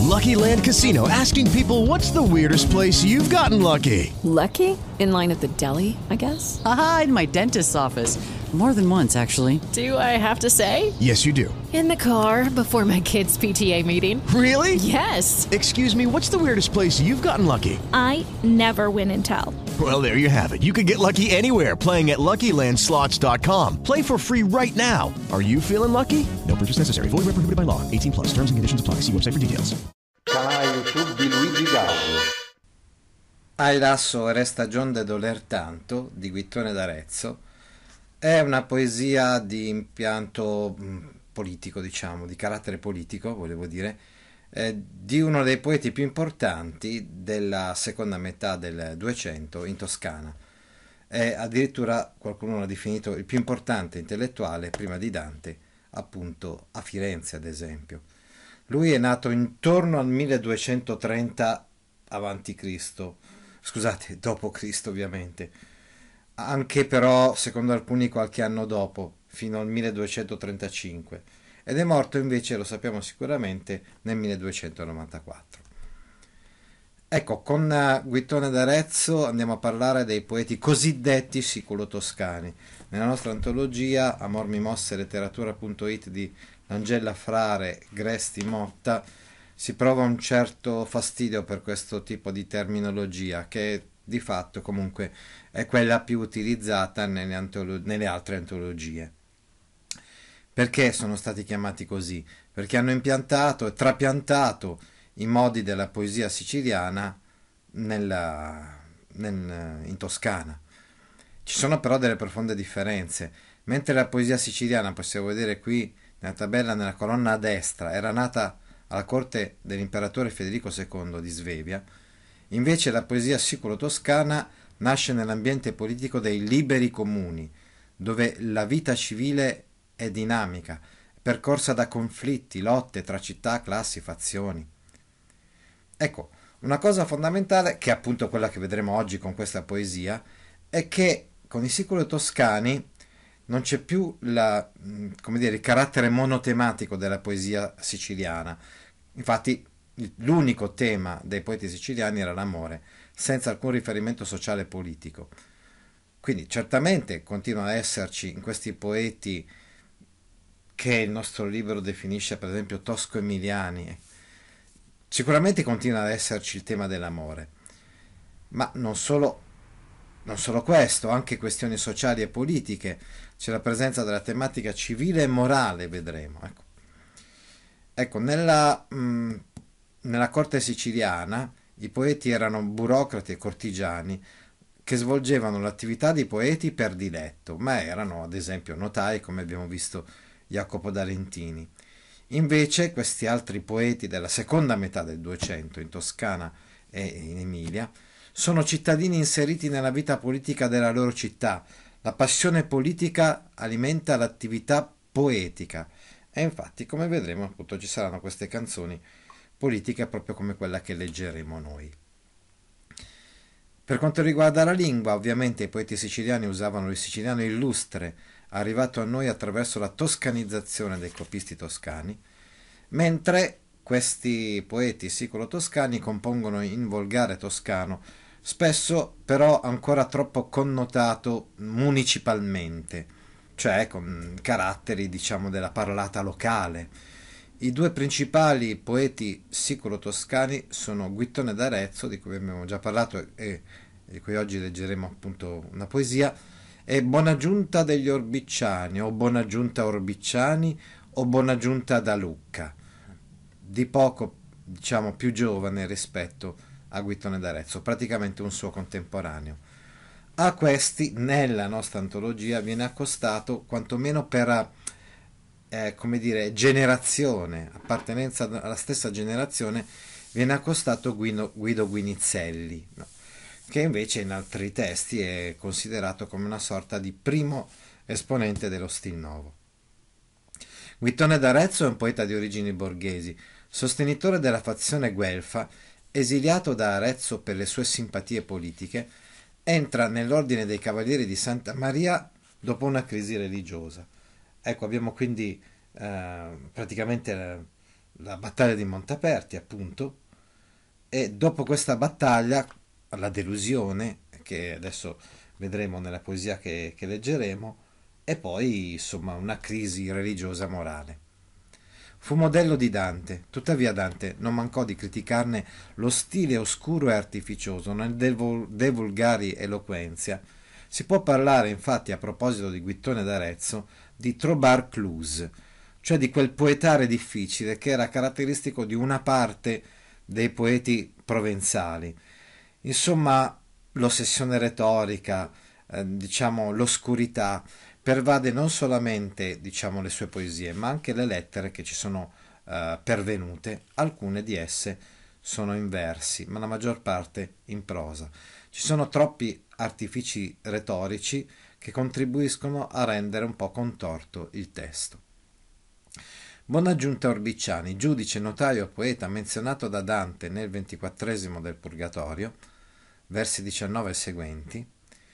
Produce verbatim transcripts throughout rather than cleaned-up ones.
Lucky Land Casino, asking people, what's the weirdest place you've gotten lucky? Lucky? In line at the deli, I guess? Aha, in my dentist's office. More than once, actually. Do I have to say? Yes, you do. In the car before my kids' P T A meeting. Really? Yes. Excuse me, what's the weirdest place you've gotten lucky? I never win and tell. Well, there you have it. You can get lucky anywhere, playing at Lucky Land Slots dot com. Play for free right now. Are you feeling lucky? No purchase necessary. Void where prohibited by law. eighteen plus. Terms and conditions apply. See website for details. Canale YouTube di Luigi Gaudio. Ai lasso resta Gion de doler tanto di Guittone d'Arezzo. È una poesia di impianto mh, politico, diciamo, di carattere politico, volevo dire, eh, di uno dei poeti più importanti della seconda metà del Duecento in Toscana. È addirittura qualcuno l'ha definito il più importante intellettuale prima di Dante, appunto a Firenze ad esempio. Lui è nato intorno al milleduecentotrenta avanti Cristo, scusate, dopo Cristo ovviamente, anche però secondo alcuni qualche anno dopo, fino al milleduecentotrentacinque, ed è morto invece, lo sappiamo sicuramente, nel milleduecentonovantaquattro. Ecco, con Guittone d'Arezzo andiamo a parlare dei poeti cosiddetti siculo-toscani. Nella nostra antologia Amor mi mosse letteratura punto it di Angela Frare, Gresti, Motta, si prova un certo fastidio per questo tipo di terminologia, che di fatto comunque è quella più utilizzata nelle, antolo- nelle altre antologie. Perché sono stati chiamati così? Perché hanno impiantato e trapiantato i modi della poesia siciliana nella, nel, in Toscana. Ci sono però delle profonde differenze. Mentre la poesia siciliana, possiamo vedere qui nella tabella nella colonna a destra, era nata alla corte dell'imperatore Federico secondo di Svevia, invece la poesia siculo-toscana nasce nell'ambiente politico dei liberi comuni, dove la vita civile è dinamica, percorsa da conflitti, lotte tra città, classi, fazioni. Ecco, una cosa fondamentale, che è appunto quella che vedremo oggi con questa poesia, è che con i siculo-toscani non c'è più la, come dire, il carattere monotematico della poesia siciliana. Infatti l'unico tema dei poeti siciliani era l'amore, senza alcun riferimento sociale e politico. Quindi certamente continua a esserci in questi poeti, che il nostro libro definisce per esempio tosco-emiliani, sicuramente continua ad esserci il tema dell'amore, ma non solo, non solo questo, anche questioni sociali e politiche, c'è la presenza della tematica civile e morale, vedremo. Ecco, ecco nella, mh, nella corte siciliana i poeti erano burocrati e cortigiani che svolgevano l'attività di poeti per diletto, ma erano ad esempio notai, come abbiamo visto Jacopo d'Alentini. Invece questi altri poeti della seconda metà del Duecento in Toscana e in Emilia sono cittadini inseriti nella vita politica della loro città. La passione politica alimenta l'attività poetica e infatti, come vedremo, appunto ci saranno queste canzoni politiche proprio come quella che leggeremo noi. Per quanto riguarda la lingua, ovviamente i poeti siciliani usavano il siciliano illustre, arrivato a noi attraverso la toscanizzazione dei copisti toscani, mentre questi poeti siculo-toscani compongono in volgare toscano, spesso però ancora troppo connotato municipalmente, cioè con caratteri, diciamo, della parlata locale. I due principali poeti siculo-toscani sono Guittone d'Arezzo, di cui abbiamo già parlato e di cui oggi leggeremo appunto una poesia, e Bonagiunta degli Orbicciani, o Bonagiunta Orbicciani, o Bonagiunta da Lucca, di poco, diciamo, più giovane rispetto a Guittone d'Arezzo, praticamente un suo contemporaneo. A questi, nella nostra antologia, viene accostato, quantomeno per, eh, come dire, generazione, appartenenza alla stessa generazione, viene accostato Guido, Guido Guinizelli, no? Che invece in altri testi è considerato come una sorta di primo esponente dello stil nuovo. Guittone d'Arezzo è un poeta di origini borghesi, sostenitore della fazione guelfa, esiliato da Arezzo per le sue simpatie politiche, entra nell'ordine dei Cavalieri di Santa Maria dopo una crisi religiosa. Ecco, abbiamo quindi eh, praticamente la battaglia di Montaperti, appunto, e dopo questa battaglia, la delusione, che adesso vedremo nella poesia che, che leggeremo, e poi, insomma, una crisi religiosa morale. Fu modello di Dante, tuttavia Dante non mancò di criticarne lo stile oscuro e artificioso nel devulgari eloquenzia. Si può parlare, infatti, a proposito di Guittone d'Arezzo, di trobar clus, cioè di quel poetare difficile che era caratteristico di una parte dei poeti provenzali. Insomma, l'ossessione retorica, eh, diciamo l'oscurità, pervade non solamente, diciamo, le sue poesie, ma anche le lettere che ci sono eh, pervenute. Alcune di esse sono in versi, ma la maggior parte in prosa. Ci sono troppi artifici retorici che contribuiscono a rendere un po' contorto il testo. Bonaggiunta Orbiciani, giudice, notaio, poeta menzionato da Dante nel ventiquattresimo del Purgatorio, versi diciannove e seguenti,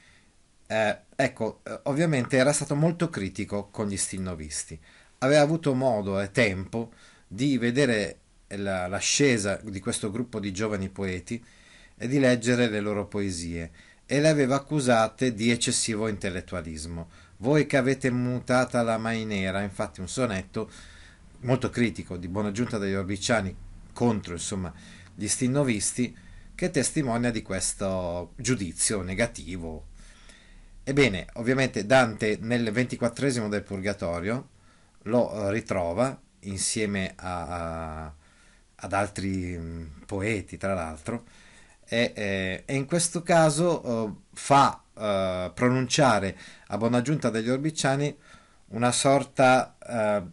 eh, ecco, ovviamente era stato molto critico con gli stilnovisti. Aveva avuto modo e tempo di vedere la, l'ascesa di questo gruppo di giovani poeti e di leggere le loro poesie, e le aveva accusate di eccessivo intellettualismo. Voi che avete mutata la mainera, infatti un sonetto molto critico di Bonaggiunta degli Orbiciani contro, insomma, gli stilnovisti, che testimonia di questo giudizio negativo. Ebbene, ovviamente Dante nel ventiquattresimo del Purgatorio lo ritrova insieme a, a, ad altri mh, poeti, tra l'altro, e, e, e in questo caso uh, fa uh, pronunciare a Bonaggiunta degli Orbiciani una sorta uh,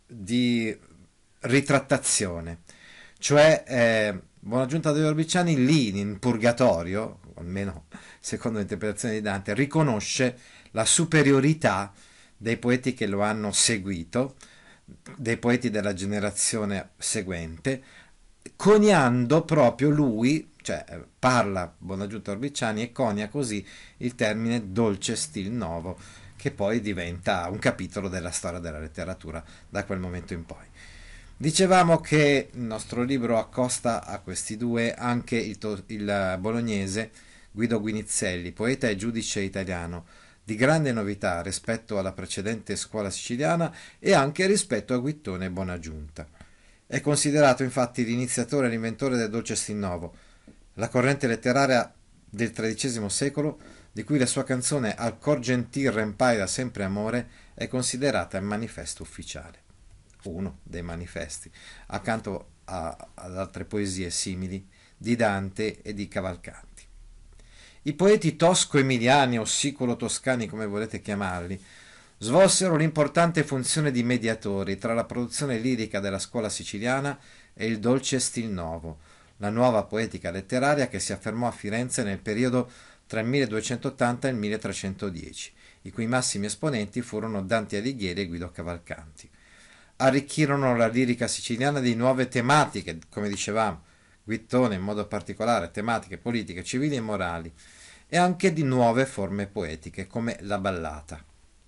di ritrattazione, cioè eh, Bonaggiunta degli Orbiciani lì in Purgatorio, almeno secondo l'interpretazione di Dante, riconosce la superiorità dei poeti che lo hanno seguito, dei poeti della generazione seguente, coniando proprio lui, cioè parla Bonaggiunta Orbiciani e conia così il termine dolce stil novo, che poi diventa un capitolo della storia della letteratura da quel momento in poi. Dicevamo che il nostro libro accosta a questi due anche il, to- il bolognese Guido Guinizelli, poeta e giudice italiano, di grande novità rispetto alla precedente scuola siciliana e anche rispetto a Guittone e Bonaggiunta. È considerato infatti l'iniziatore e l'inventore del dolce stil novo, la corrente letteraria del tredicesimo secolo, di cui la sua canzone Al cor gentil rempaira sempre amore è considerata il manifesto ufficiale, uno dei manifesti, accanto a, ad altre poesie simili di Dante e di Cavalcanti. I poeti tosco-emiliani o sicolo-toscani, come volete chiamarli, svolsero l'importante funzione di mediatori tra la produzione lirica della scuola siciliana e il dolce stil novo, la nuova poetica letteraria che si affermò a Firenze nel periodo tra il milleduecentottanta e il milletrecentodieci, i cui massimi esponenti furono Dante Alighieri e Guido Cavalcanti. Arricchirono la lirica siciliana di nuove tematiche, come dicevamo, Guittone in modo particolare, tematiche politiche, civili e morali, e anche di nuove forme poetiche, come la ballata.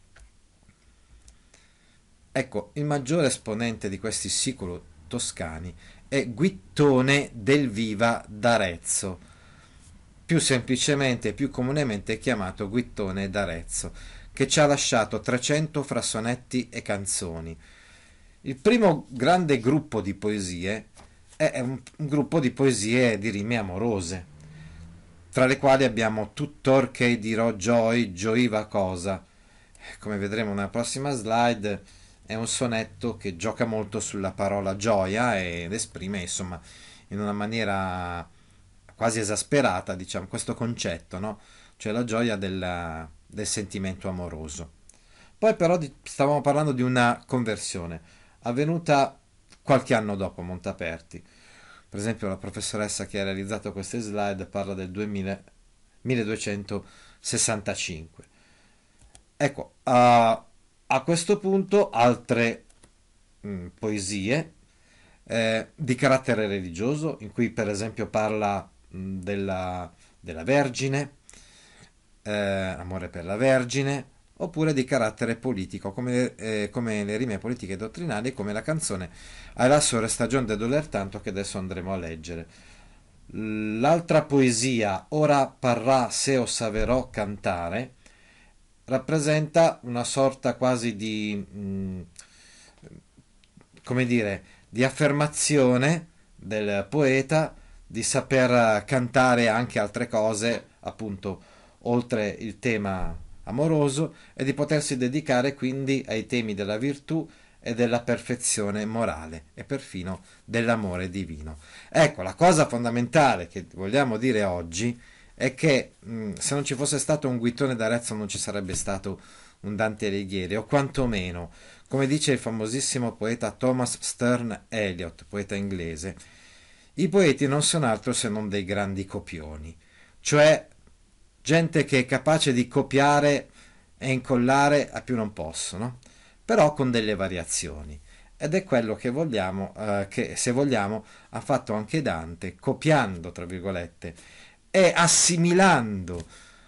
Ecco, il maggiore esponente di questi sicolo toscani è Guittone del Viva d'Arezzo, più semplicemente e più comunemente chiamato Guittone d'Arezzo, che ci ha lasciato trecento fra sonetti e canzoni. Il primo grande gruppo di poesie è un, un gruppo di poesie di rime amorose, tra le quali abbiamo Tuttor che dirò gioi, gioiva cosa. Come vedremo nella prossima slide, è un sonetto che gioca molto sulla parola gioia ed esprime, insomma, in una maniera quasi esasperata, diciamo, questo concetto, no? Cioè la gioia del, del sentimento amoroso. Poi però di, stavamo parlando di una conversione avvenuta qualche anno dopo Montaperti. Per esempio la professoressa che ha realizzato queste slide parla del duemila, milleduecentosessantacinque. Ecco, uh, a questo punto altre mh, poesie eh, di carattere religioso, in cui per esempio parla mh, della, della Vergine, eh, amore per la Vergine, oppure di carattere politico, come, eh, come le rime politiche e dottrinali, come la canzone Hai la sole stagione de doler tanto, che adesso andremo a leggere. L'altra poesia, Ora parrà se o saverò cantare, rappresenta una sorta quasi di, mh, come dire, di affermazione del poeta di saper cantare anche altre cose, appunto, oltre il tema amoroso, e di potersi dedicare quindi ai temi della virtù e della perfezione morale e perfino dell'amore divino. Ecco, la cosa fondamentale che vogliamo dire oggi è che mh, se non ci fosse stato un Guittone d'Arezzo non ci sarebbe stato un Dante Alighieri, o quantomeno, come dice il famosissimo poeta Thomas Sterne Eliot, poeta inglese, i poeti non sono altro se non dei grandi copioni, cioè gente che è capace di copiare e incollare a più non posso, no? Però con delle variazioni. Ed è quello che vogliamo, eh, che se vogliamo ha fatto anche Dante, copiando, tra virgolette, e assimilando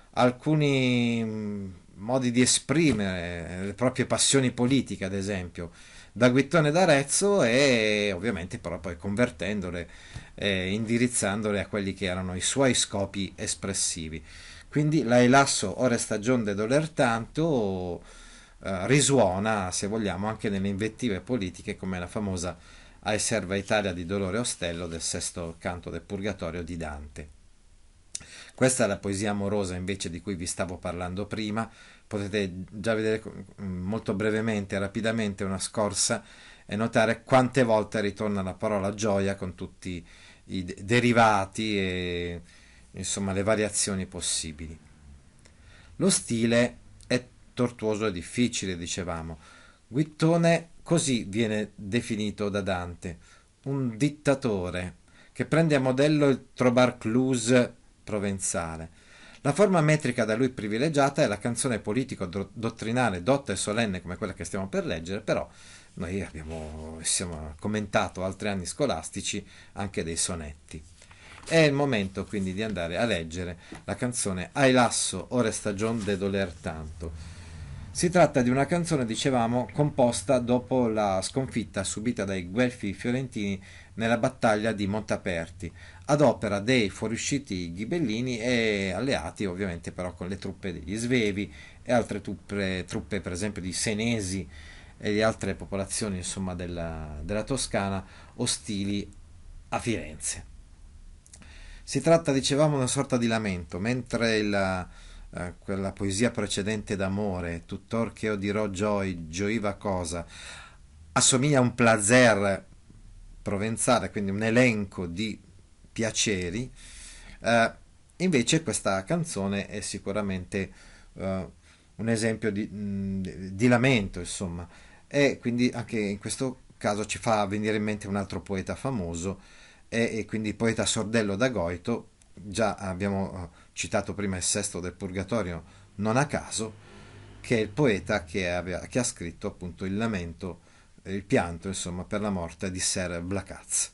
alcuni mh, modi di esprimere le proprie passioni politiche, ad esempio, da Guittone d'Arezzo, e ovviamente però poi convertendole e indirizzandole a quelli che erano i suoi scopi espressivi. Quindi la Elasso ora è stagione de doler tanto eh, risuona, se vogliamo, anche nelle invettive politiche, come la famosa Ai serva Italia di Dolore Ostello del sesto canto del Purgatorio di Dante. Questa è la poesia amorosa invece di cui vi stavo parlando prima. Potete già vedere molto brevemente e rapidamente una scorsa e notare quante volte ritorna la parola gioia con tutti i derivati e insomma le variazioni possibili. Lo stile è tortuoso e difficile, dicevamo. Guittone così viene definito da Dante: un dittatore che prende a modello il trobar cluse provenzale. La forma metrica da lui privilegiata è la canzone politico-dottrinale dotta e solenne come quella che stiamo per leggere, però noi abbiamo siamo commentato altri anni scolastici anche dei sonetti. È il momento quindi di andare a leggere la canzone Ai lasso ora è stagion de doler tanto. Si tratta di una canzone, dicevamo, composta dopo la sconfitta subita dai guelfi fiorentini nella battaglia di Montaperti, ad opera dei fuoriusciti ghibellini e alleati ovviamente però con le truppe degli Svevi e altre truppe, truppe per esempio di Senesi e di altre popolazioni insomma della, della Toscana ostili a Firenze. Si tratta, dicevamo, una sorta di lamento, mentre il, eh, quella poesia precedente d'amore, tuttor che io dirò gioi, gioiva cosa, assomiglia a un placer provenzale, quindi un elenco di piaceri, eh, invece questa canzone è sicuramente eh, un esempio di, mh, di lamento, insomma, e quindi anche in questo caso ci fa venire in mente un altro poeta famoso, e, e quindi il poeta Sordello da Goito. Già abbiamo citato prima il sesto del Purgatorio, non a caso, che è il poeta che, aveva, che ha scritto appunto il lamento, il pianto insomma per la morte di Ser Blacaz.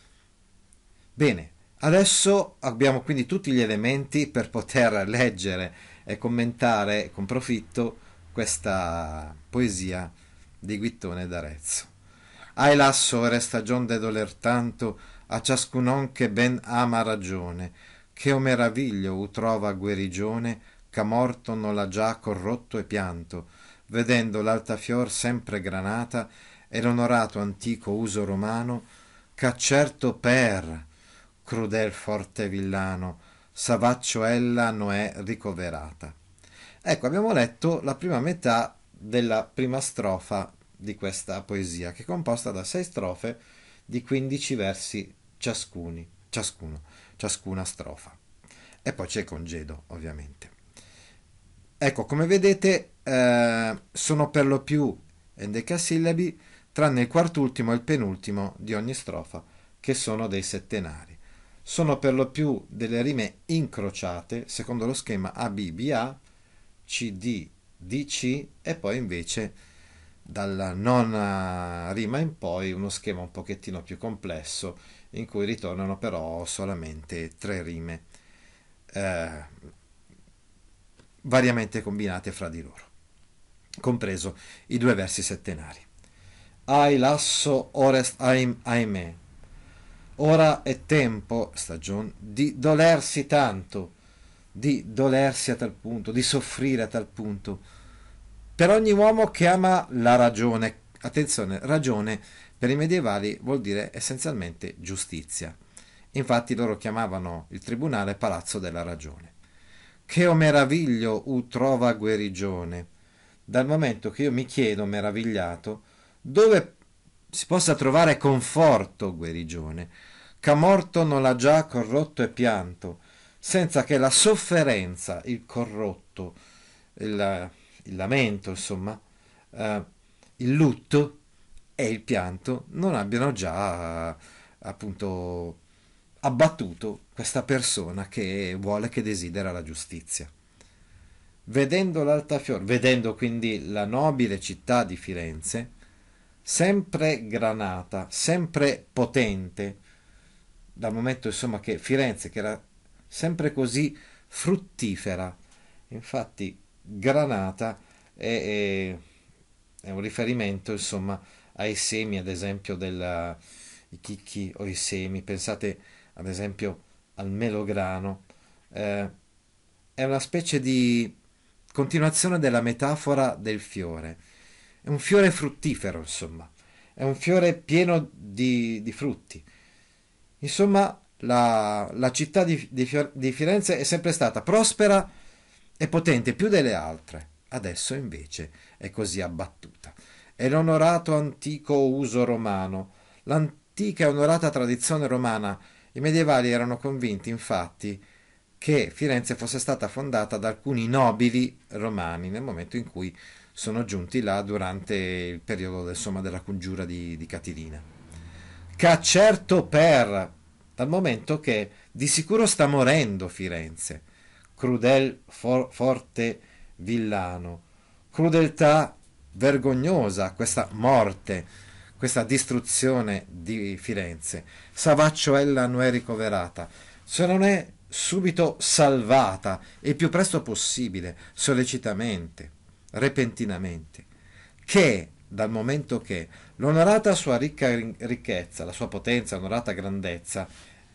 Bene, adesso abbiamo quindi tutti gli elementi per poter leggere e commentare con profitto questa poesia di Guittone d'Arezzo. Ai lasso ora stagion de doler tanto, a ciascunon che ben ama ragione, che o meraviglio u trova guerigione, ch'a morto non l'ha già corrotto e pianto, vedendo l'alta fior sempre granata e l'onorato antico uso romano, ch'a certo per crudel forte villano, savaccio ella no è ricoverata. Ecco, abbiamo letto la prima metà della prima strofa di questa poesia, che è composta da sei strofe di quindici versi ciascuni, ciascuno, ciascuna strofa. E poi c'è il congedo, ovviamente. Ecco, come vedete, eh, sono per lo più endecasillabi, tranne il quartultimo e il penultimo di ogni strofa, che sono dei settenari. Sono per lo più delle rime incrociate, secondo lo schema A B B A, C D D C, e poi invece dalla nona rima in poi uno schema un pochettino più complesso, in cui ritornano però solamente tre rime eh, variamente combinate fra di loro. compreso i due versi settenari. Ai lasso orest aim, ahimè. Ora è tempo, stagione, di dolersi tanto, di dolersi a tal punto, di soffrire a tal punto, per ogni uomo che ama la ragione. Attenzione, ragione per i medievali vuol dire essenzialmente giustizia. Infatti loro chiamavano il tribunale Palazzo della Ragione. Che o meraviglio u trova guerigione, dal momento che io mi chiedo, meravigliato, dove si possa trovare conforto, guerigione, che morto non l'ha già corrotto e pianto, senza che la sofferenza, il corrotto, il, il lamento, insomma, eh, il lutto e il pianto non abbiano già eh, appunto abbattuto questa persona che vuole, che desidera la giustizia. Vedendo l'Altafiore, vedendo quindi la nobile città di Firenze, sempre granata, sempre potente, dal momento insomma che Firenze, che era sempre così fruttifera, infatti granata è, è, è un riferimento insomma ai semi, ad esempio della, i chicchi o i semi, pensate ad esempio al melograno, eh, è una specie di continuazione della metafora del fiore. È un fiore fruttifero, insomma, è un fiore pieno di, di frutti. Insomma, la, la città di, di, di Firenze è sempre stata prospera e potente più delle altre. Adesso invece è così abbattuta. È l'onorato antico uso romano, l'antica e onorata tradizione romana. I medievali erano convinti, infatti, che Firenze fosse stata fondata da alcuni nobili romani nel momento in cui sono giunti là durante il periodo insomma, della congiura di, di Catilina. Che certo per, dal momento che di sicuro sta morendo Firenze, crudel for, forte villano, crudeltà vergognosa questa morte, questa distruzione di Firenze. Savaccio ella non è ricoverata, se non è subito salvata il più presto possibile, sollecitamente, repentinamente, che dal momento che l'onorata sua ricca ricchezza, la sua potenza, onorata grandezza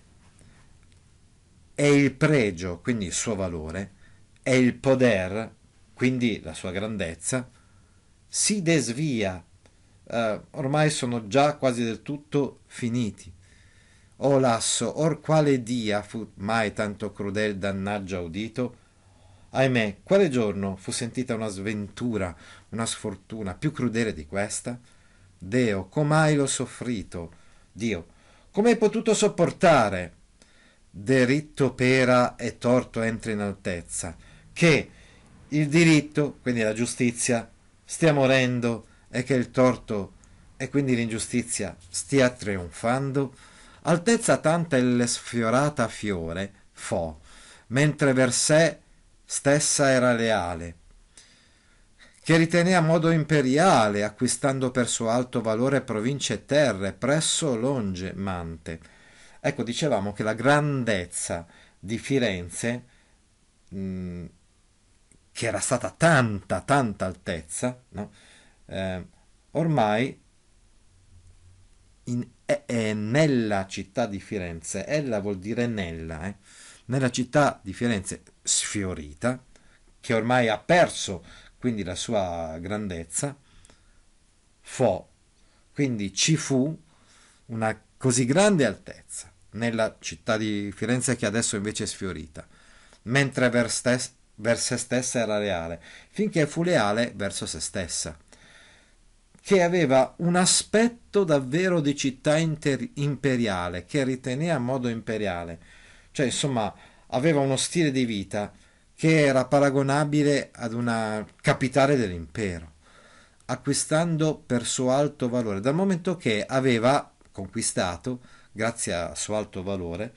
è il pregio, quindi il suo valore, è il poder, quindi la sua grandezza, si desvia, uh, ormai sono già quasi del tutto finiti. O lasso, or quale dia fu mai tanto crudel dannaggia udito? Ahimè, quale giorno fu sentita una sventura, una sfortuna più crudele di questa? Deo, com'hai lo soffrito? Dio, come hai potuto sopportare? Deritto pera e torto entra in altezza, che il diritto, quindi la giustizia, stia morendo e che il torto e quindi l'ingiustizia stia trionfando? Altezza tanta e le sfiorata fiore fo, mentre ver sé stessa era leale, che ritenea modo imperiale, acquistando per suo alto valore province e terre, presso longe mante. Ecco, dicevamo che la grandezza di Firenze, mh, che era stata tanta, tanta altezza, no? eh, ormai in, è, è nella città di Firenze, ella vuol dire nella, eh? Nella città di Firenze sfiorita, che ormai ha perso quindi la sua grandezza, fo, quindi ci fu una così grande altezza nella città di Firenze che adesso invece è sfiorita, mentre ver, stes, ver se stessa era leale, finché fu leale verso se stessa, che aveva un aspetto davvero di città inter- imperiale, che riteneva a modo imperiale, cioè insomma aveva uno stile di vita che era paragonabile ad una capitale dell'impero, acquistando per suo alto valore, dal momento che aveva conquistato, grazie al suo alto valore,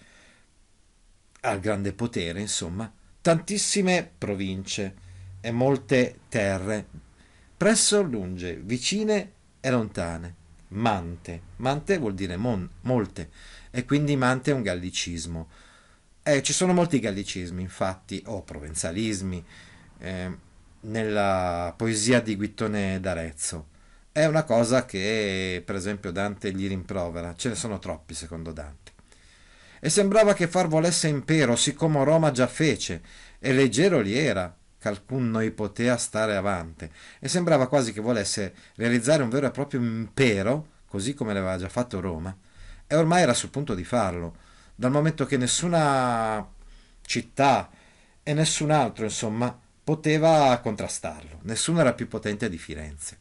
al grande potere, insomma, tantissime province e molte terre, presso lunge, vicine e lontane. Mante, mante vuol dire mon, molte, e quindi mante è un gallicismo. Eh, ci sono molti gallicismi, infatti, o provenzalismi, eh, nella poesia di Guittone d'Arezzo. È una cosa che, per esempio, Dante gli rimprovera. Ce ne sono troppi, secondo Dante. E sembrava che far volesse impero, siccome Roma già fece, e leggero li era, ch'alcun noi potea stare avante. E sembrava quasi che volesse realizzare un vero e proprio impero, così come l'aveva già fatto Roma, e ormai era sul punto di farlo, dal momento che nessuna città e nessun altro, insomma, poteva contrastarlo. Nessuno era più potente di Firenze.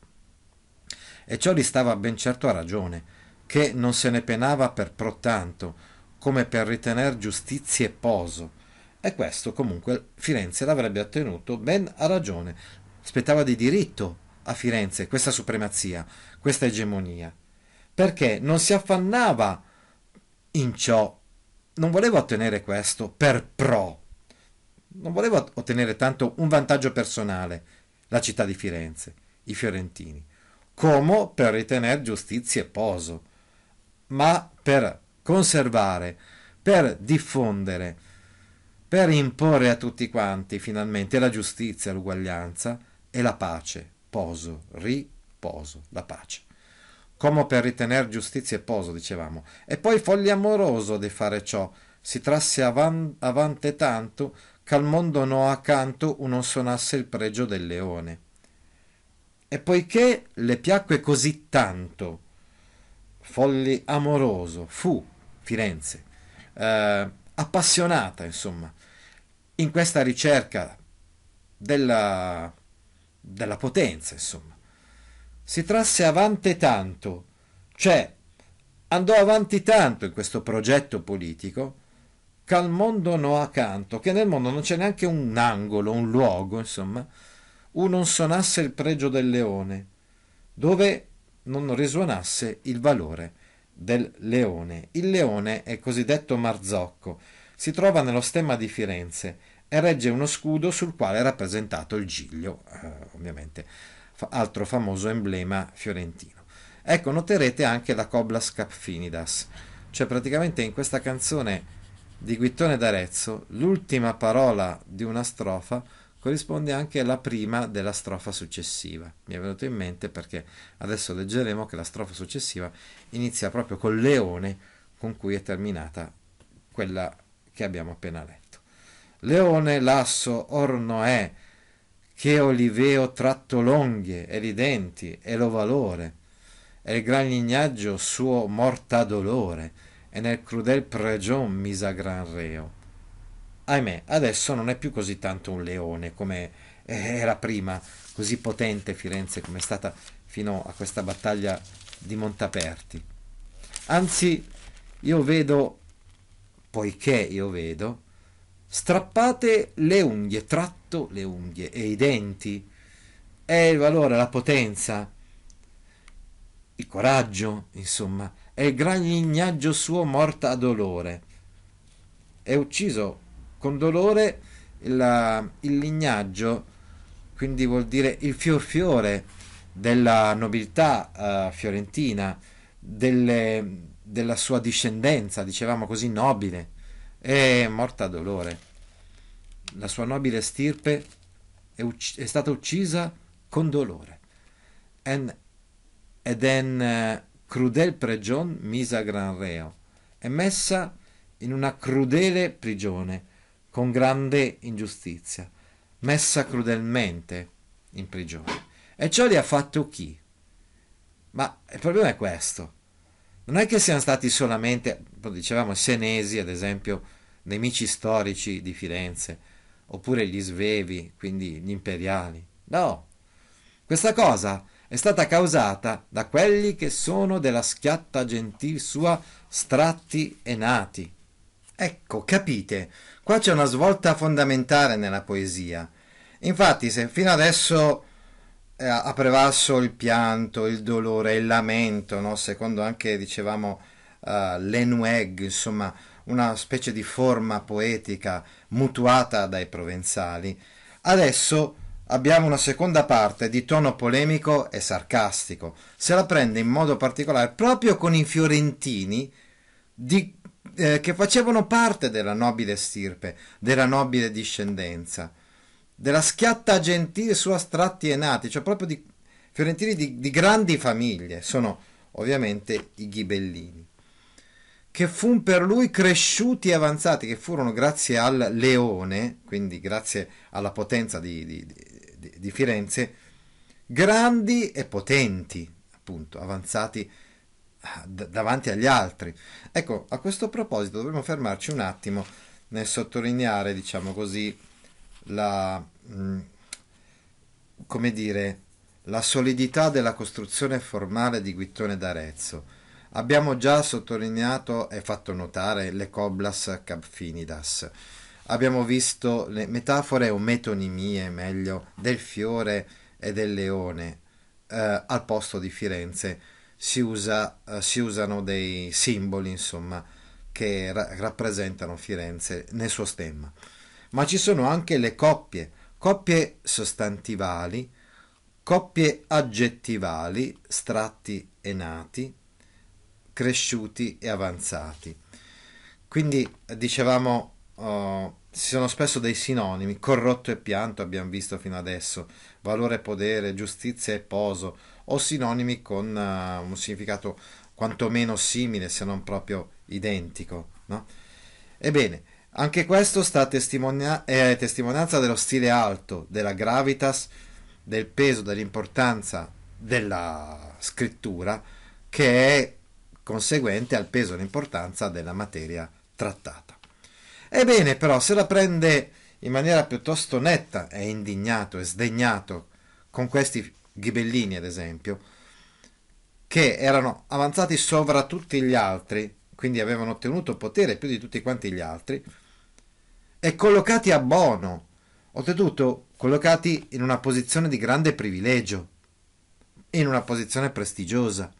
E ciò gli stava ben certo a ragione, che non se ne penava per protanto, come per ritener giustizie poso. E questo comunque Firenze l'avrebbe ottenuto ben a ragione. Spettava di diritto a Firenze questa supremazia, questa egemonia, perché non si affannava in ciò, non voleva ottenere questo per pro, non voleva ottenere tanto un vantaggio personale, la città di Firenze, i fiorentini, come per ritenere giustizie poso, ma per conservare, per diffondere, per imporre a tutti quanti finalmente la giustizia, l'uguaglianza e la pace, poso, riposo, la pace. Come per ritenere giustizia e poso, dicevamo. E poi fogli amoroso di fare ciò, si trasse avan- avante tanto, ch'al mondo no accanto uno sonasse il pregio del leone. E poiché le piacque così tanto, folli amoroso, fu Firenze, eh, appassionata, insomma, in questa ricerca della, della potenza, insomma. Si trasse avanti tanto, cioè andò avanti tanto in questo progetto politico, che al mondo no accanto, che nel mondo non c'è neanche un angolo, un luogo, insomma, u non sonasse il pregio del leone, dove non risuonasse il valore del leone. Il leone è cosiddetto marzocco, si trova nello stemma di Firenze e regge uno scudo sul quale è rappresentato il giglio, eh, ovviamente, altro famoso emblema fiorentino. Ecco, noterete anche la coblas capfinidas, cioè praticamente in questa canzone di Guittone d'Arezzo l'ultima parola di una strofa corrisponde anche alla prima della strofa successiva. Mi è venuto in mente perché adesso leggeremo che la strofa successiva inizia proprio col leone con cui è terminata quella che abbiamo appena letto. Leone lasso orno è, che oliveo tratto longhie e li denti e lo valore, e il gran lignaggio suo morta dolore, e nel crudel pregion misa gran reo. Ahimè, adesso non è più così tanto un leone come era prima, così potente Firenze come è stata fino a questa battaglia di Montaperti. Anzi, io vedo, poiché io vedo, strappate le unghie, tratto le unghie e i denti, è il valore, la potenza, il coraggio, insomma, è il gran lignaggio suo morta a dolore. È ucciso con dolore il, il lignaggio, quindi vuol dire il fior fiore della nobiltà uh, fiorentina, delle, della sua discendenza, dicevamo così, nobile, è morta a dolore. La sua nobile stirpe è, ucc- è stata uccisa con dolore. En, ed en uh, crudel pregion misa gran reo, è messa in una crudele prigione, con grande ingiustizia, messa crudelmente in prigione. E ciò li ha fatto chi? Ma il problema è questo. Non è che siano stati solamente, dicevamo, i senesi, ad esempio, nemici storici di Firenze, oppure gli svevi, quindi gli imperiali. No, questa cosa è stata causata da quelli che sono della schiatta gentil sua stratti e nati. Ecco, capite, qua c'è una svolta fondamentale nella poesia. Infatti, se fino adesso eh, ha prevalso il pianto, il dolore, il lamento, no? Secondo anche, dicevamo, uh, l'Enueg, insomma, una specie di forma poetica mutuata dai provenzali, adesso abbiamo una seconda parte di tono polemico e sarcastico. Se la prende in modo particolare proprio con i fiorentini di Eh, che facevano parte della nobile stirpe, della nobile discendenza, della schiatta gentile su astratti e nati, cioè proprio di fiorentini di, di grandi famiglie, sono ovviamente i Ghibellini, che fu per lui cresciuti e avanzati, che furono grazie al leone, quindi grazie alla potenza di, di, di, di Firenze, grandi e potenti, appunto, avanzati d- davanti agli altri. Ecco, a questo proposito dovremmo fermarci un attimo nel sottolineare, diciamo così, la, mh, come dire, la solidità della costruzione formale di Guittone d'Arezzo. Abbiamo già sottolineato e fatto notare le coblas Capfinidas. Abbiamo visto le metafore o metonimie, meglio, del fiore e del leone. Eh, al posto di Firenze si, usa, eh, si usano dei simboli, insomma, che ra- rappresentano Firenze nel suo stemma. Ma ci sono anche le coppie, coppie sostantivali, coppie aggettivali, stratti e nati, cresciuti e avanzati. Quindi dicevamo, uh, ci sono spesso dei sinonimi, corrotto e pianto abbiamo visto fino adesso, valore e podere, giustizia e poso, o sinonimi con uh, un significato quantomeno simile, se non proprio identico, no? Ebbene, anche questo sta a testimonia- è testimonianza dello stile alto, della gravitas, del peso, dell'importanza della scrittura, che è conseguente al peso e all'importanza della materia trattata. Ebbene, però, se la prende in maniera piuttosto netta, è indignato e sdegnato con questi Ghibellini, ad esempio, che erano avanzati sovra tutti gli altri, quindi avevano ottenuto potere più di tutti quanti gli altri, e collocati a Bono, oltretutto collocati in una posizione di grande privilegio, in una posizione prestigiosa,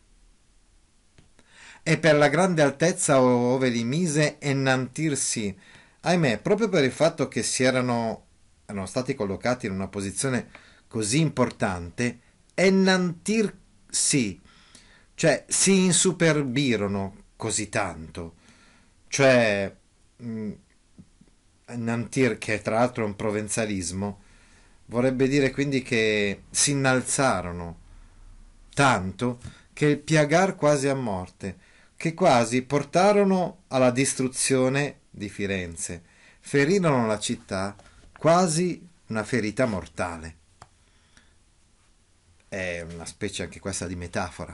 e per la grande altezza ove li mise ennantirsi, ahimè, proprio per il fatto che si erano, erano stati collocati in una posizione così importante, ennantirsi, cioè si insuperbirono così tanto, cioè mh, ennantir, che tra l'altro è un provenzalismo, vorrebbe dire quindi che si innalzarono tanto che il piagar quasi a morte, che quasi portarono alla distruzione di Firenze, ferirono la città quasi una ferita mortale. È una specie anche questa di metafora.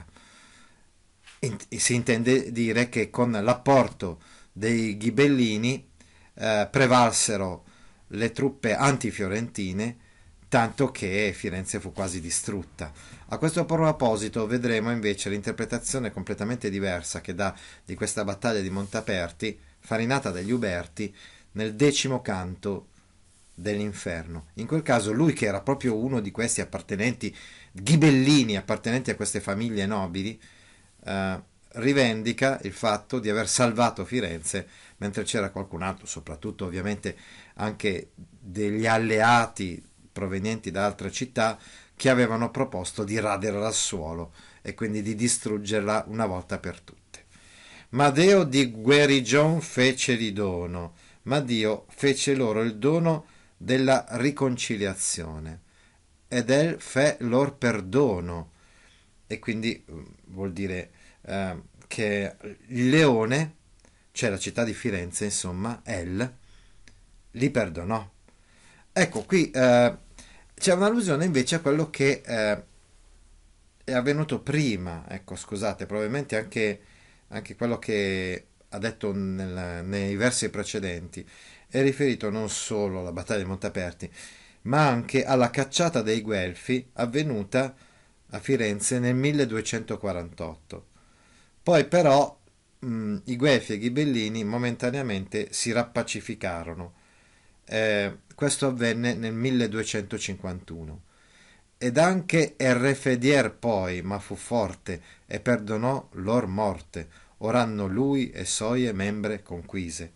Si intende dire che con l'apporto dei Ghibellini eh, prevalsero le truppe antifiorentine, tanto che Firenze fu quasi distrutta. A questo proposito vedremo invece l'interpretazione completamente diversa che dà di questa battaglia di Montaperti, farinata dagli Uberti, nel decimo canto dell'Inferno. In quel caso lui, che era proprio uno di questi appartenenti, Ghibellini, appartenenti a queste famiglie nobili, eh, rivendica il fatto di aver salvato Firenze, mentre c'era qualcun altro, soprattutto ovviamente anche degli alleati provenienti da altre città, che avevano proposto di raderla al suolo e quindi di distruggerla una volta per tutte. Ma Deo di guerigion fece di dono, ma Dio fece loro il dono della riconciliazione, ed el fe lor perdono, e quindi vuol dire eh, che il leone, cioè la città di Firenze, insomma, el, li perdonò. Ecco, qui eh, c'è un'allusione invece a quello che eh, è avvenuto prima, ecco, scusate, probabilmente anche, anche quello che ha detto nel, nei versi precedenti è riferito non solo alla battaglia di Montaperti, ma anche alla cacciata dei Guelfi avvenuta a Firenze nel milleduecentoquarantotto. Poi però mh, i Guelfi e i Ghibellini momentaneamente si rappacificarono. Eh, questo avvenne nel milleduecentocinquantuno. Ed anche Errefedier poi, ma fu forte, e perdonò lor morte, oranno lui e soie membre conquise.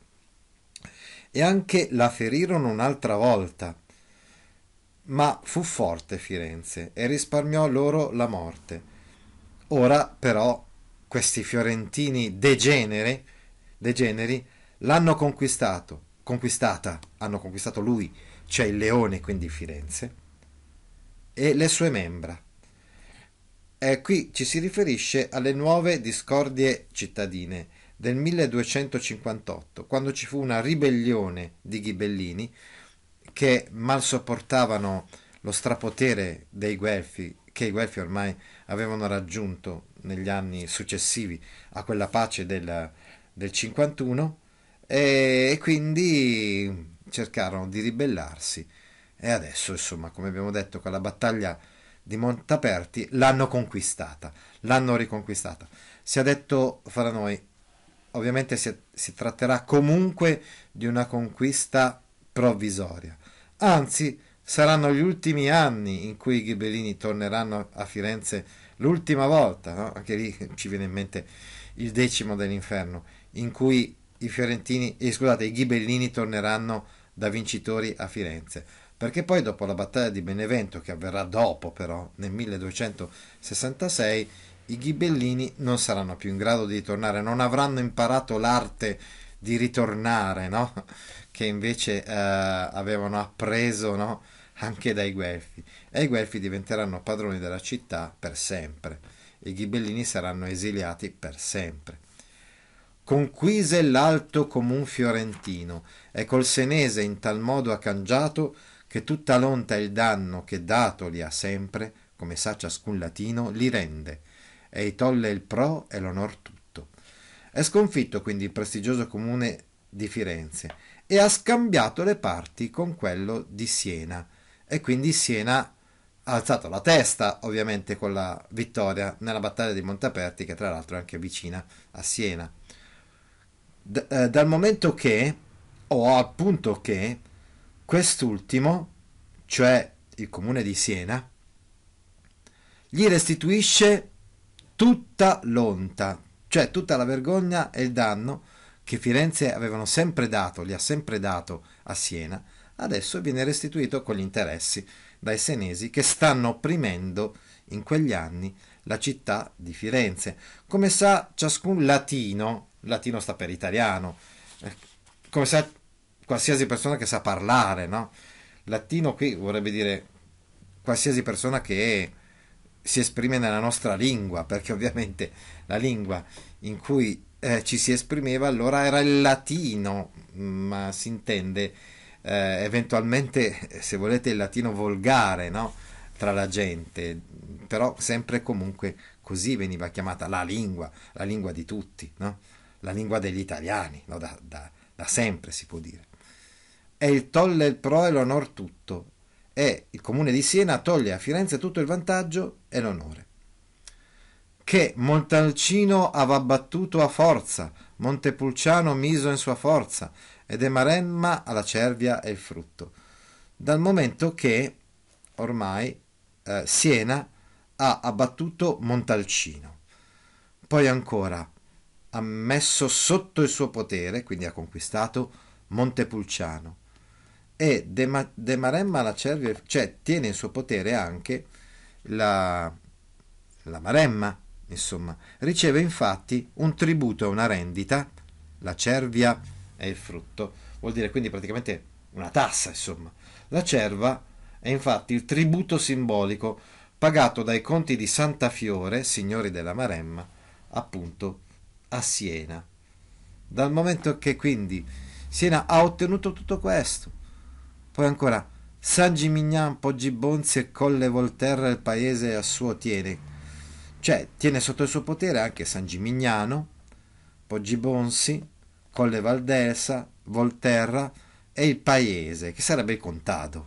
E anche la ferirono un'altra volta, ma fu forte Firenze, e risparmiò loro la morte. Ora però questi fiorentini degeneri, degeneri l'hanno conquistato, conquistata, hanno conquistato lui, cioè il leone, quindi Firenze, e le sue membra. E qui ci si riferisce alle nuove discordie cittadine del milleduecentocinquantotto, quando ci fu una ribellione di ghibellini che mal sopportavano lo strapotere dei Guelfi, che i Guelfi ormai avevano raggiunto negli anni successivi a quella pace del, del cinquantuno, e, e quindi cercarono di ribellarsi. E adesso, insomma, come abbiamo detto, con la battaglia di Montaperti l'hanno conquistata, l'hanno riconquistata. Si è detto fra noi, ovviamente si, si tratterà comunque di una conquista provvisoria, anzi saranno gli ultimi anni in cui i ghibellini torneranno a Firenze l'ultima volta, no? Anche lì ci viene in mente il decimo dell'inferno, in cui i fiorentini, eh, scusate, i ghibellini torneranno da vincitori a Firenze, perché poi dopo la battaglia di Benevento, che avverrà dopo però, nel milleduecentosessantasei, i ghibellini non saranno più in grado di ritornare, non avranno imparato l'arte di ritornare, no? Che invece eh, avevano appreso, no? Anche dai Guelfi, e i Guelfi diventeranno padroni della città per sempre, i ghibellini saranno esiliati per sempre. Conquise l'alto comun fiorentino, e col senese in tal modo ha cangiato, che tutta l'onta e il danno che dato li ha sempre, come sa ciascun latino, li rende, e i tolle il pro e l'onor tutto. È sconfitto quindi il prestigioso comune di Firenze, e ha scambiato le parti con quello di Siena, e quindi Siena ha alzato la testa, ovviamente, con la vittoria nella battaglia di Montaperti, che tra l'altro è anche vicina a Siena. D- eh, dal momento che, o appunto che, quest'ultimo, cioè il comune di Siena, gli restituisce tutta l'onta, cioè tutta la vergogna e il danno che Firenze avevano sempre dato, li ha sempre dato a Siena, adesso viene restituito con gli interessi dai senesi, che stanno opprimendo in quegli anni la città di Firenze. Come sa ciascun latino, latino sta per italiano, come sa qualsiasi persona che sa parlare, no? Latino qui vorrebbe dire qualsiasi persona che si esprime nella nostra lingua, perché ovviamente la lingua in cui eh, ci si esprimeva allora era il latino, ma si intende eh, eventualmente, se volete, il latino volgare, no? Tra la gente, però sempre comunque così veniva chiamata la lingua, la lingua di tutti, no? La lingua degli italiani, no? da, da, da sempre si può dire. E il tolle il pro e l'onor tutto, e il comune di Siena toglie a Firenze tutto il vantaggio e l'onore. Che Montalcino aveva battuto a forza, Montepulciano miso in sua forza, ed Maremma alla cervia e il frutto. Dal momento che ormai eh, Siena ha abbattuto Montalcino, poi ancora ha messo sotto il suo potere, quindi ha conquistato Montepulciano, e De, Ma- De Maremma alla cervia, cioè tiene in suo potere anche la, la Maremma, insomma, riceve infatti un tributo e una rendita, la cervia e il frutto, vuol dire quindi praticamente una tassa, insomma. La cerva è infatti il tributo simbolico pagato dai conti di Santa Fiore, signori della Maremma, appunto a Siena. Dal momento che quindi Siena ha ottenuto tutto questo, poi ancora San Gimignano, Poggibonsi e Colle Volterra il paese a suo tiene, cioè tiene sotto il suo potere anche San Gimignano, Poggibonsi, Colle Valdelsa, Volterra e il paese, che sarebbe il contado,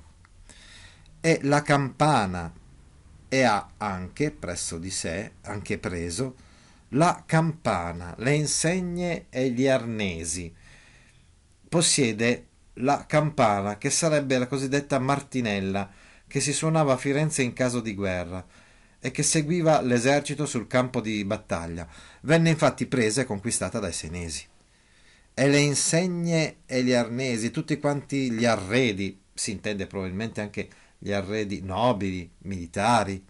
e la Campana, e ha anche presso di sé, anche preso, la Campana, le insegne e gli arnesi. Possiede la campana, che sarebbe la cosiddetta martinella, che si suonava a Firenze in caso di guerra e che seguiva l'esercito sul campo di battaglia. Venne infatti presa e conquistata dai senesi. E le insegne e gli arnesi, tutti quanti gli arredi, si intende probabilmente anche gli arredi nobili, militari.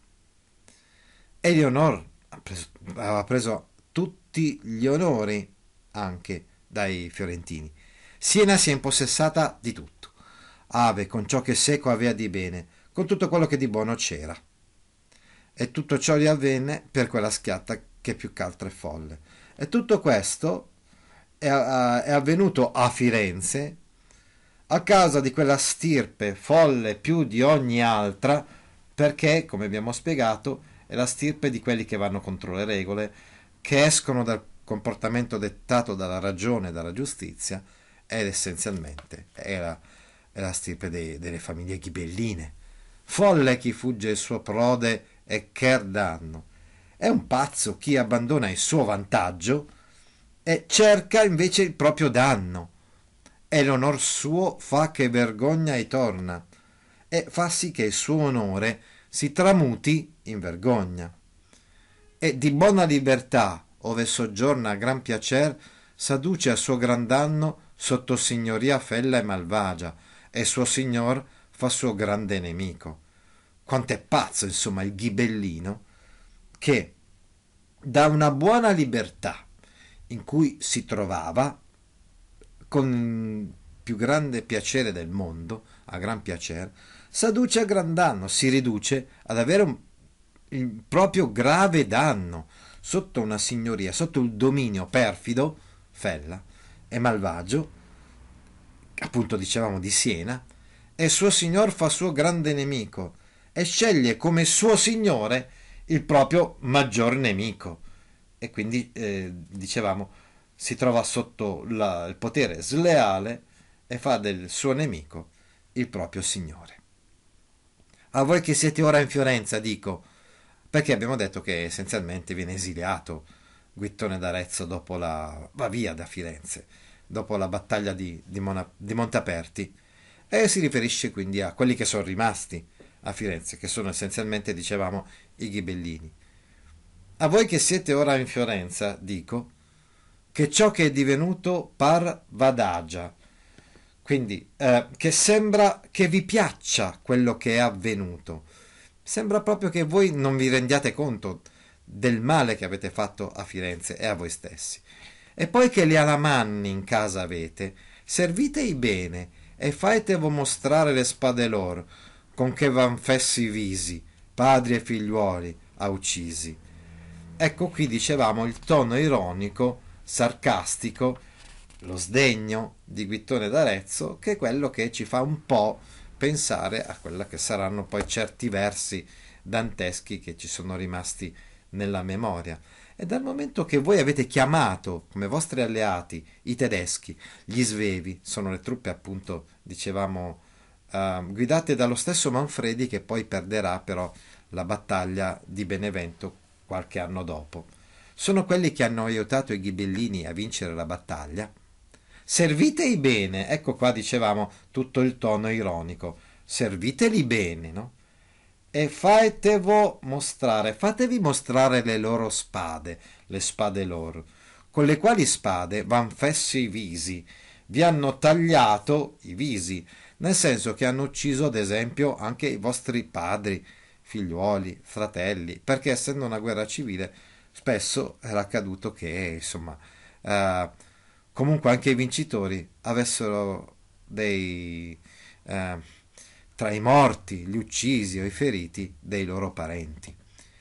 Eleonor aveva preso tutti gli onori anche dai fiorentini. Siena si è impossessata di tutto. ave con ciò che seco avea di bene, con tutto quello che di buono c'era. E tutto ciò gli avvenne per quella schiatta che più che altro è folle. E tutto questo è, è avvenuto a Firenze a causa di quella stirpe folle più di ogni altra, perché, come abbiamo spiegato, è la stirpe di quelli che vanno contro le regole, che escono dal comportamento dettato dalla ragione e dalla giustizia, ed essenzialmente è la, è la stirpe dei, delle famiglie ghibelline. Folle chi fugge il suo prode e cher danno. È un pazzo chi abbandona il suo vantaggio e cerca invece il proprio danno. E l'onor suo fa che vergogna e torna, e fa sì che il suo onore si tramuti in vergogna. E di buona libertà, ove soggiorna a gran piacer, s'aduce a suo gran danno sotto signoria fella e malvagia, e suo signor fa suo grande nemico. Quanto è pazzo, insomma, il ghibellino, che da una buona libertà in cui si trovava, con più grande piacere del mondo, a gran piacere, s'aduce a gran danno, si riduce ad avere un il proprio grave danno sotto una signoria, sotto il dominio perfido, fella, e malvagio, appunto dicevamo di Siena, e suo signor fa suo grande nemico e sceglie come suo signore il proprio maggior nemico, e quindi eh, dicevamo si trova sotto la, il potere sleale e fa del suo nemico il proprio signore. A voi che siete ora in Fiorenza dico, perché abbiamo detto che essenzialmente viene esiliato Guittone d'Arezzo dopo la va via da Firenze, dopo la battaglia di, di, Mona, di Montaperti, e si riferisce quindi a quelli che sono rimasti a Firenze, che sono essenzialmente, dicevamo, i ghibellini. A voi che siete ora in Fiorenza dico che ciò che è divenuto par vadagia, quindi eh, che sembra che vi piaccia quello che è avvenuto, sembra proprio che voi non vi rendiate conto del male che avete fatto a Firenze e a voi stessi. E poi che li alamanni in casa avete, servitei bene e faetevo mostrare le spade lor, con che van fessi visi, padri e figliuoli, a uccisi. Ecco qui dicevamo il tono ironico, sarcastico, lo sdegno di Guittone d'Arezzo, che è quello che ci fa un po' pensare a quella che saranno poi certi versi danteschi che ci sono rimasti nella memoria. E dal momento che voi avete chiamato come vostri alleati i tedeschi, gli svevi, sono le truppe appunto, dicevamo, uh, guidate dallo stesso Manfredi, che poi perderà però la battaglia di Benevento qualche anno dopo, sono quelli che hanno aiutato i ghibellini a vincere la battaglia. Servitei bene, ecco qua dicevamo tutto il tono ironico, serviteli bene, no? E fatevo mostrare, fatevi mostrare le loro spade, le spade loro, con le quali spade van fessi i visi, vi hanno tagliato i visi, nel senso che hanno ucciso ad esempio anche i vostri padri, figliuoli, fratelli, perché essendo una guerra civile spesso era accaduto che, insomma, eh, comunque anche i vincitori avessero dei... Eh, tra i morti, gli uccisi o i feriti dei loro parenti.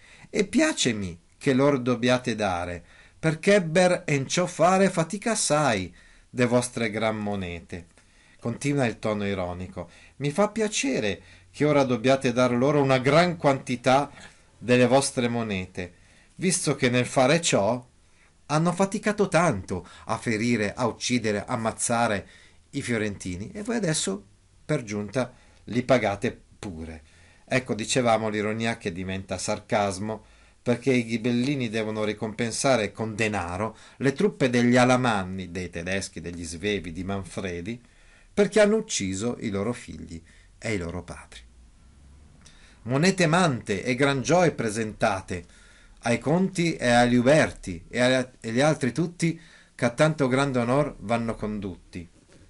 E piacemi che lor dobbiate dare, perché ebber en ciò fare fatica assai de vostre gran monete. Continua il tono ironico. Mi fa piacere che ora dobbiate dar loro una gran quantità delle vostre monete, visto che nel fare ciò hanno faticato tanto a ferire, a uccidere, ammazzare i fiorentini, e voi adesso, per giunta, li pagate pure. Ecco, dicevamo l'ironia che diventa sarcasmo, perché i ghibellini devono ricompensare con denaro le truppe degli alamanni, dei tedeschi, degli svevi, di Manfredi, perché hanno ucciso i loro figli e i loro padri. Monete mante e gran gioie presentate ai conti e agli uberti e agli altri tutti che a tanto grande onor vanno condotti.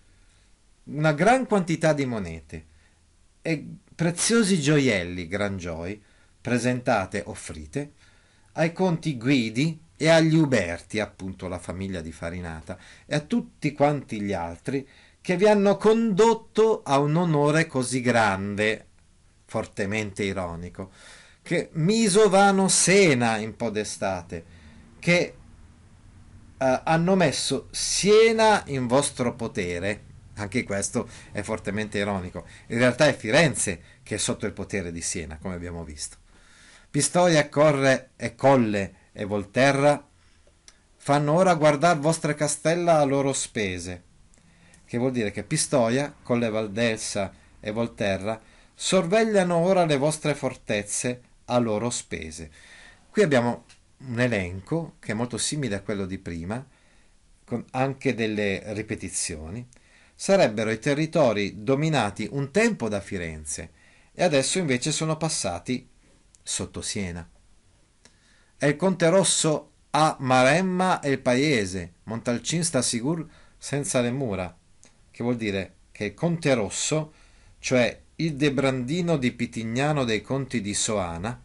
Una gran quantità di monete e preziosi gioielli, gran gioi, presentate, offrite, ai conti Guidi e agli Uberti, appunto la famiglia di Farinata, e a tutti quanti gli altri che vi hanno condotto a un onore così grande, fortemente ironico, che misovano Sena in podestate, che eh, hanno messo Siena in vostro potere. Anche questo è fortemente ironico. In realtà è Firenze che è sotto il potere di Siena, come abbiamo visto. Pistoia, Corre e Colle e Volterra fanno ora guardar vostre castella a loro spese, che vuol dire che Pistoia, Colle Valdelsa e Volterra sorvegliano ora le vostre fortezze a loro spese. Qui abbiamo un elenco che è molto simile a quello di prima, con anche delle ripetizioni. Sarebbero i territori dominati un tempo da Firenze e adesso invece sono passati sotto Siena. È il Conte Rosso a Maremma e il Paese, Montalcin sta sicur senza le mura, che vuol dire che il Conte Rosso, cioè il Debrandino di Pitignano dei Conti di Soana,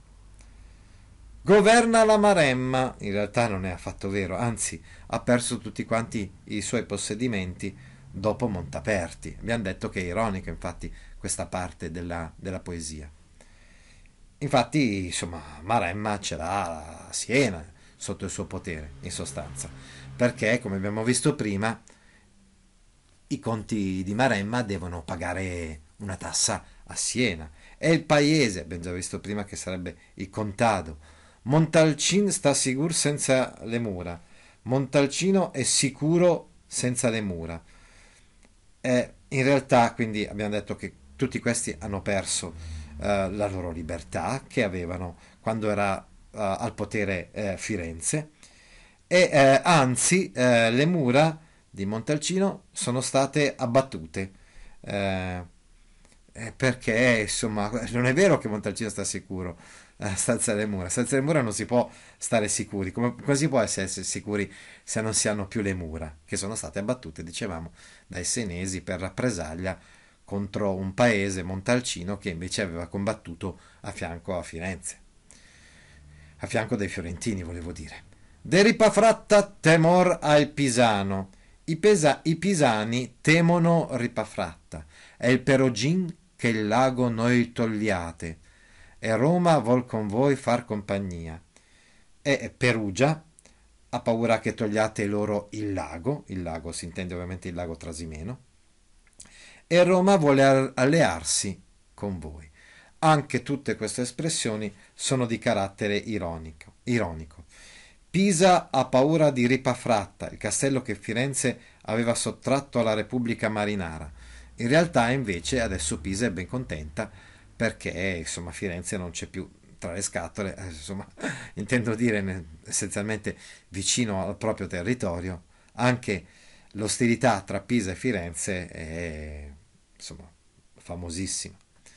governa la Maremma. In realtà non è affatto vero, anzi ha perso tutti quanti i suoi possedimenti dopo Montaperti. Abbiamo detto che è ironica infatti questa parte della, della poesia. Infatti, insomma, Maremma ce l'ha a Siena sotto il suo potere, in sostanza, perché, come abbiamo visto prima, i conti di Maremma devono pagare una tassa a Siena. E il paese, abbiamo già visto prima che sarebbe il contado. Montalcin sta sicur senza le mura. Montalcino è sicuro senza le mura. E in realtà, quindi, abbiamo detto che tutti questi hanno perso eh, la loro libertà che avevano quando era eh, al potere eh, Firenze, e eh, anzi eh, le mura di Montalcino sono state abbattute, eh, perché insomma non è vero che Montalcino sta sicuro, eh, senza le mura. Senza le mura non si può stare sicuri. Come, come si può essere sicuri se non si hanno più le mura, che sono state abbattute, dicevamo, dai senesi per rappresaglia contro un paese, Montalcino, che invece aveva combattuto a fianco a Firenze, a fianco dei fiorentini, volevo dire. De Ripafratta temor al Pisano. I, pesa- I pisani temono Ripafratta. È il Perugin che il lago noi togliate, e Roma vol con voi far compagnia. E Perugia ha paura che togliate loro il lago, il lago si intende ovviamente il lago Trasimeno, e Roma vuole allearsi con voi. Anche tutte queste espressioni sono di carattere ironico. ironico. Pisa ha paura di Ripafratta, il castello che Firenze aveva sottratto alla Repubblica Marinara. In realtà invece adesso Pisa è ben contenta perché insomma Firenze non c'è più tra le scatole, eh, insomma intendo dire essenzialmente vicino al proprio territorio. Anche l'ostilità tra Pisa e Firenze è insomma famosissima.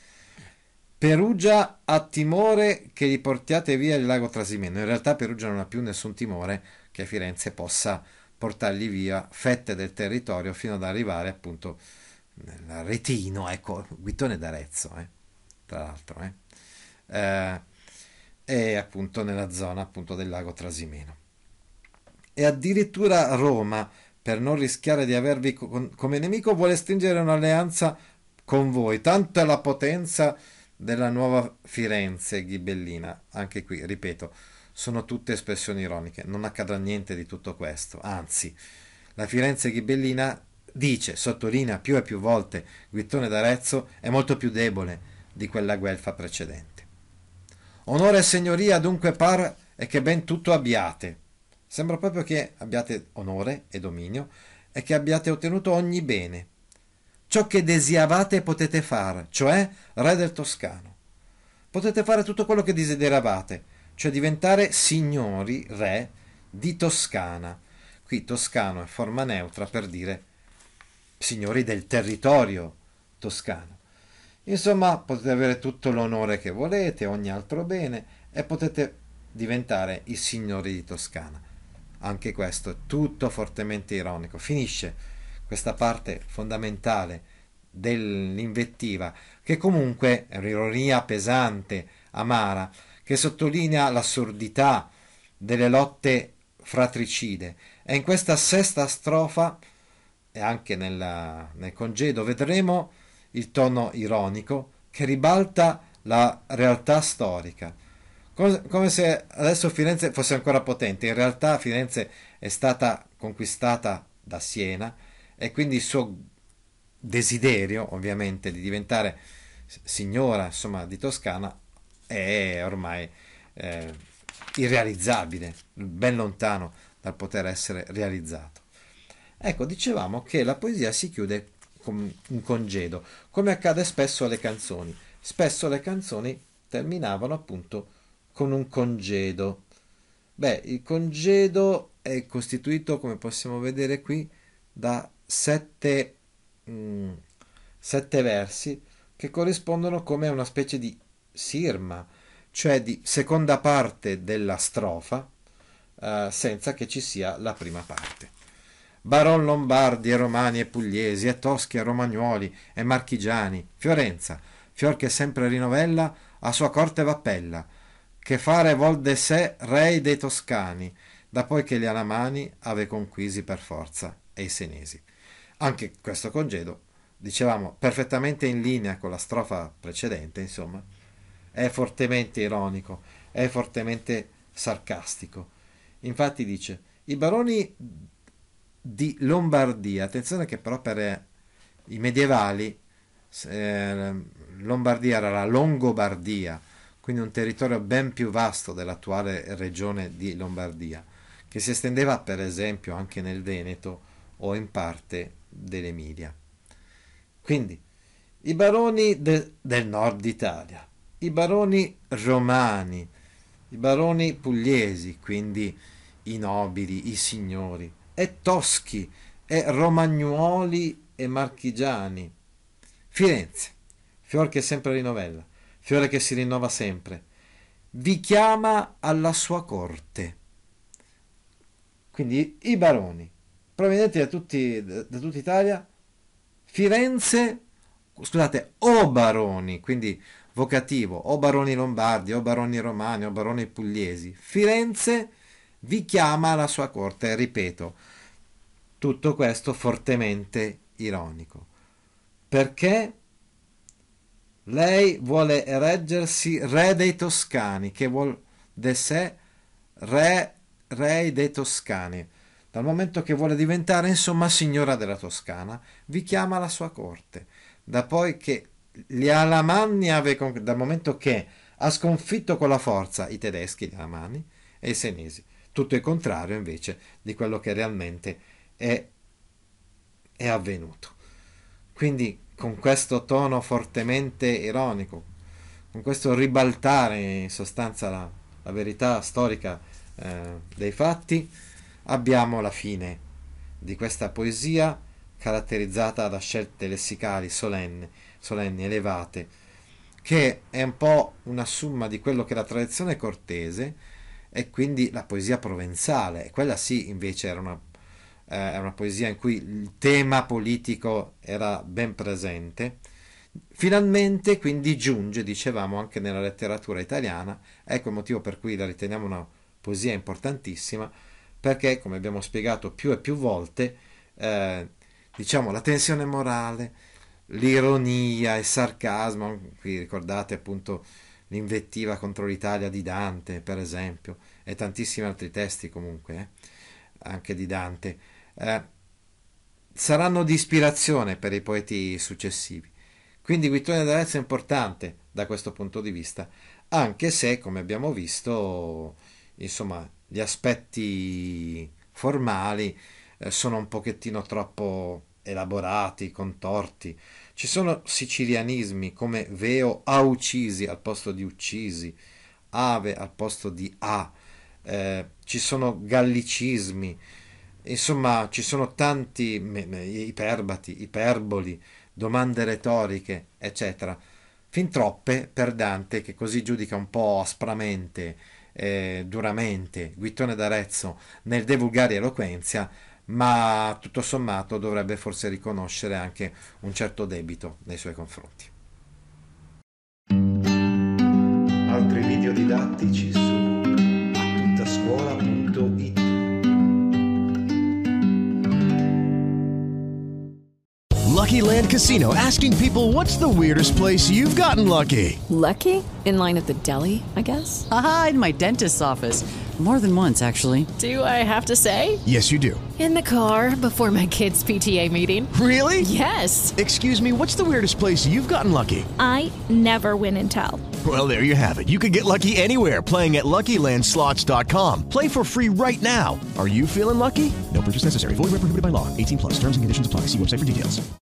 Perugia ha timore che gli portiate via il lago Trasimeno. In realtà Perugia non ha più nessun timore che Firenze possa portargli via fette del territorio fino ad arrivare appunto nel retino, ecco, Guittone d'Arezzo, eh, tra l'altro, eh, eh, e appunto nella zona appunto del lago Trasimeno. E addirittura Roma, per non rischiare di avervi con, come nemico, vuole stringere un'alleanza con voi. Tanto è la potenza della nuova Firenze ghibellina. Anche qui, ripeto, sono tutte espressioni ironiche, non accadrà niente di tutto questo, anzi la Firenze ghibellina dice, sottolinea più e più volte Guittone d'Arezzo, è molto più debole di quella guelfa precedente. Onore e signoria dunque par e che ben tutto abbiate. Sembra proprio che abbiate onore e dominio e che abbiate ottenuto ogni bene. Ciò che desiavate potete fare, cioè re del Toscano. Potete fare tutto quello che desideravate, cioè diventare signori, re di Toscana. Qui Toscano è forma neutra per dire signori del territorio toscano. Insomma, potete avere tutto l'onore che volete, ogni altro bene, e potete diventare i signori di Toscana. Anche questo è tutto fortemente ironico. Finisce questa parte fondamentale dell'invettiva, che comunque è un'ironia pesante, amara, che sottolinea l'assurdità delle lotte fratricide. E in questa sesta strofa e anche nella- nel congedo vedremo il tono ironico che ribalta la realtà storica. Cos- Come se adesso Firenze fosse ancora potente. In realtà Firenze è stata conquistata da Siena e quindi il suo desiderio, ovviamente, di diventare s- signora, insomma, di Toscana è ormai eh, irrealizzabile, ben lontano dal poter essere realizzato. Ecco, dicevamo che la poesia si chiude con un congedo, come accade spesso alle canzoni. Spesso le canzoni terminavano appunto con un congedo. Beh, il congedo è costituito, come possiamo vedere qui, da sette, mm, sette versi che corrispondono come a una specie di sirma, cioè di seconda parte della strofa, eh, senza che ci sia la prima parte. Baron Lombardi e Romani e Pugliesi e Toschi e Romagnuoli e Marchigiani, Fiorenza, fior che sempre rinovella, a sua corte v'appella, che fare vol de sé rei dei Toscani, da poi che gli Alamani ave conquisi per forza e i Senesi. Anche questo congedo, dicevamo, perfettamente in linea con la strofa precedente, insomma, è fortemente ironico, è fortemente sarcastico. Infatti dice, i baroni di Lombardia, attenzione che però per eh, i medievali eh, Lombardia era la Longobardia, quindi un territorio ben più vasto dell'attuale regione di Lombardia, che si estendeva per esempio anche nel Veneto o in parte dell'Emilia. Quindi i baroni de- del nord Italia, i baroni romani, i baroni pugliesi, quindi i nobili, i signori, e toschi, e romagnuoli e marchigiani. Firenze, fior che sempre rinovella, fiore che si rinnova sempre, vi chiama alla sua corte. Quindi i baroni, provenienti da, tutti, da, da tutta Italia, Firenze, scusate, o baroni, quindi vocativo, o baroni lombardi, o baroni romani, o baroni pugliesi, Firenze vi chiama alla sua corte, ripeto, tutto questo fortemente ironico, perché lei vuole ereggersi re dei Toscani, che vuol de sé re, re dei Toscani, dal momento che vuole diventare insomma signora della Toscana, vi chiama alla sua corte, da poi che gli Alamanni ave, dal momento che ha sconfitto con la forza i tedeschi, gli Alamanni, e i senesi, tutto il contrario invece di quello che realmente è, è avvenuto. Quindi con questo tono fortemente ironico, con questo ribaltare in sostanza la, la verità storica eh, dei fatti, abbiamo la fine di questa poesia caratterizzata da scelte lessicali solenni, solenni, elevate, che è un po' una summa di quello che è la tradizione cortese e quindi la poesia provenzale. Quella sì, invece, era una, eh, era una poesia in cui il tema politico era ben presente. Finalmente, quindi, giunge, dicevamo, anche nella letteratura italiana. Ecco il motivo per cui la riteniamo una poesia importantissima, perché, come abbiamo spiegato più e più volte, eh, diciamo, la tensione morale, l'ironia, il sarcasmo, qui ricordate appunto l'invettiva contro l'Italia di Dante, per esempio, e tantissimi altri testi comunque, eh, anche di Dante, eh, saranno di ispirazione per i poeti successivi. Quindi Guittonio d'Arezzo è importante da questo punto di vista, anche se, come abbiamo visto, insomma, gli aspetti formali eh, sono un pochettino troppo elaborati, contorti. Ci sono sicilianismi come veo a uccisi al posto di uccisi, ave al posto di a, eh, ci sono gallicismi, insomma ci sono tanti me- me- iperbati, iperboli, domande retoriche, eccetera. Fin troppe per Dante, che così giudica un po' aspramente, eh, duramente Guittone d'Arezzo nel De Vulgari Eloquenzia, ma tutto sommato dovrebbe forse riconoscere anche un certo debito nei suoi confronti. Altri video didattici su attuttascuola punto it. Lucky Land Casino, asking people, what's the weirdest place you've gotten lucky? Lucky? In line at the deli, I guess? Aha, in my dentist's office. More than once, actually. Do I have to say? Yes, you do. In the car before my kids' P T A meeting. Really? Yes. Excuse me, what's the weirdest place you've gotten lucky? I never win and tell. Well, there you have it. You can get lucky anywhere, playing at Lucky Land Slots dot com. Play for free right now. Are you feeling lucky? No purchase necessary. Void where prohibited by law. eighteen plus. Terms and conditions apply. See website for details.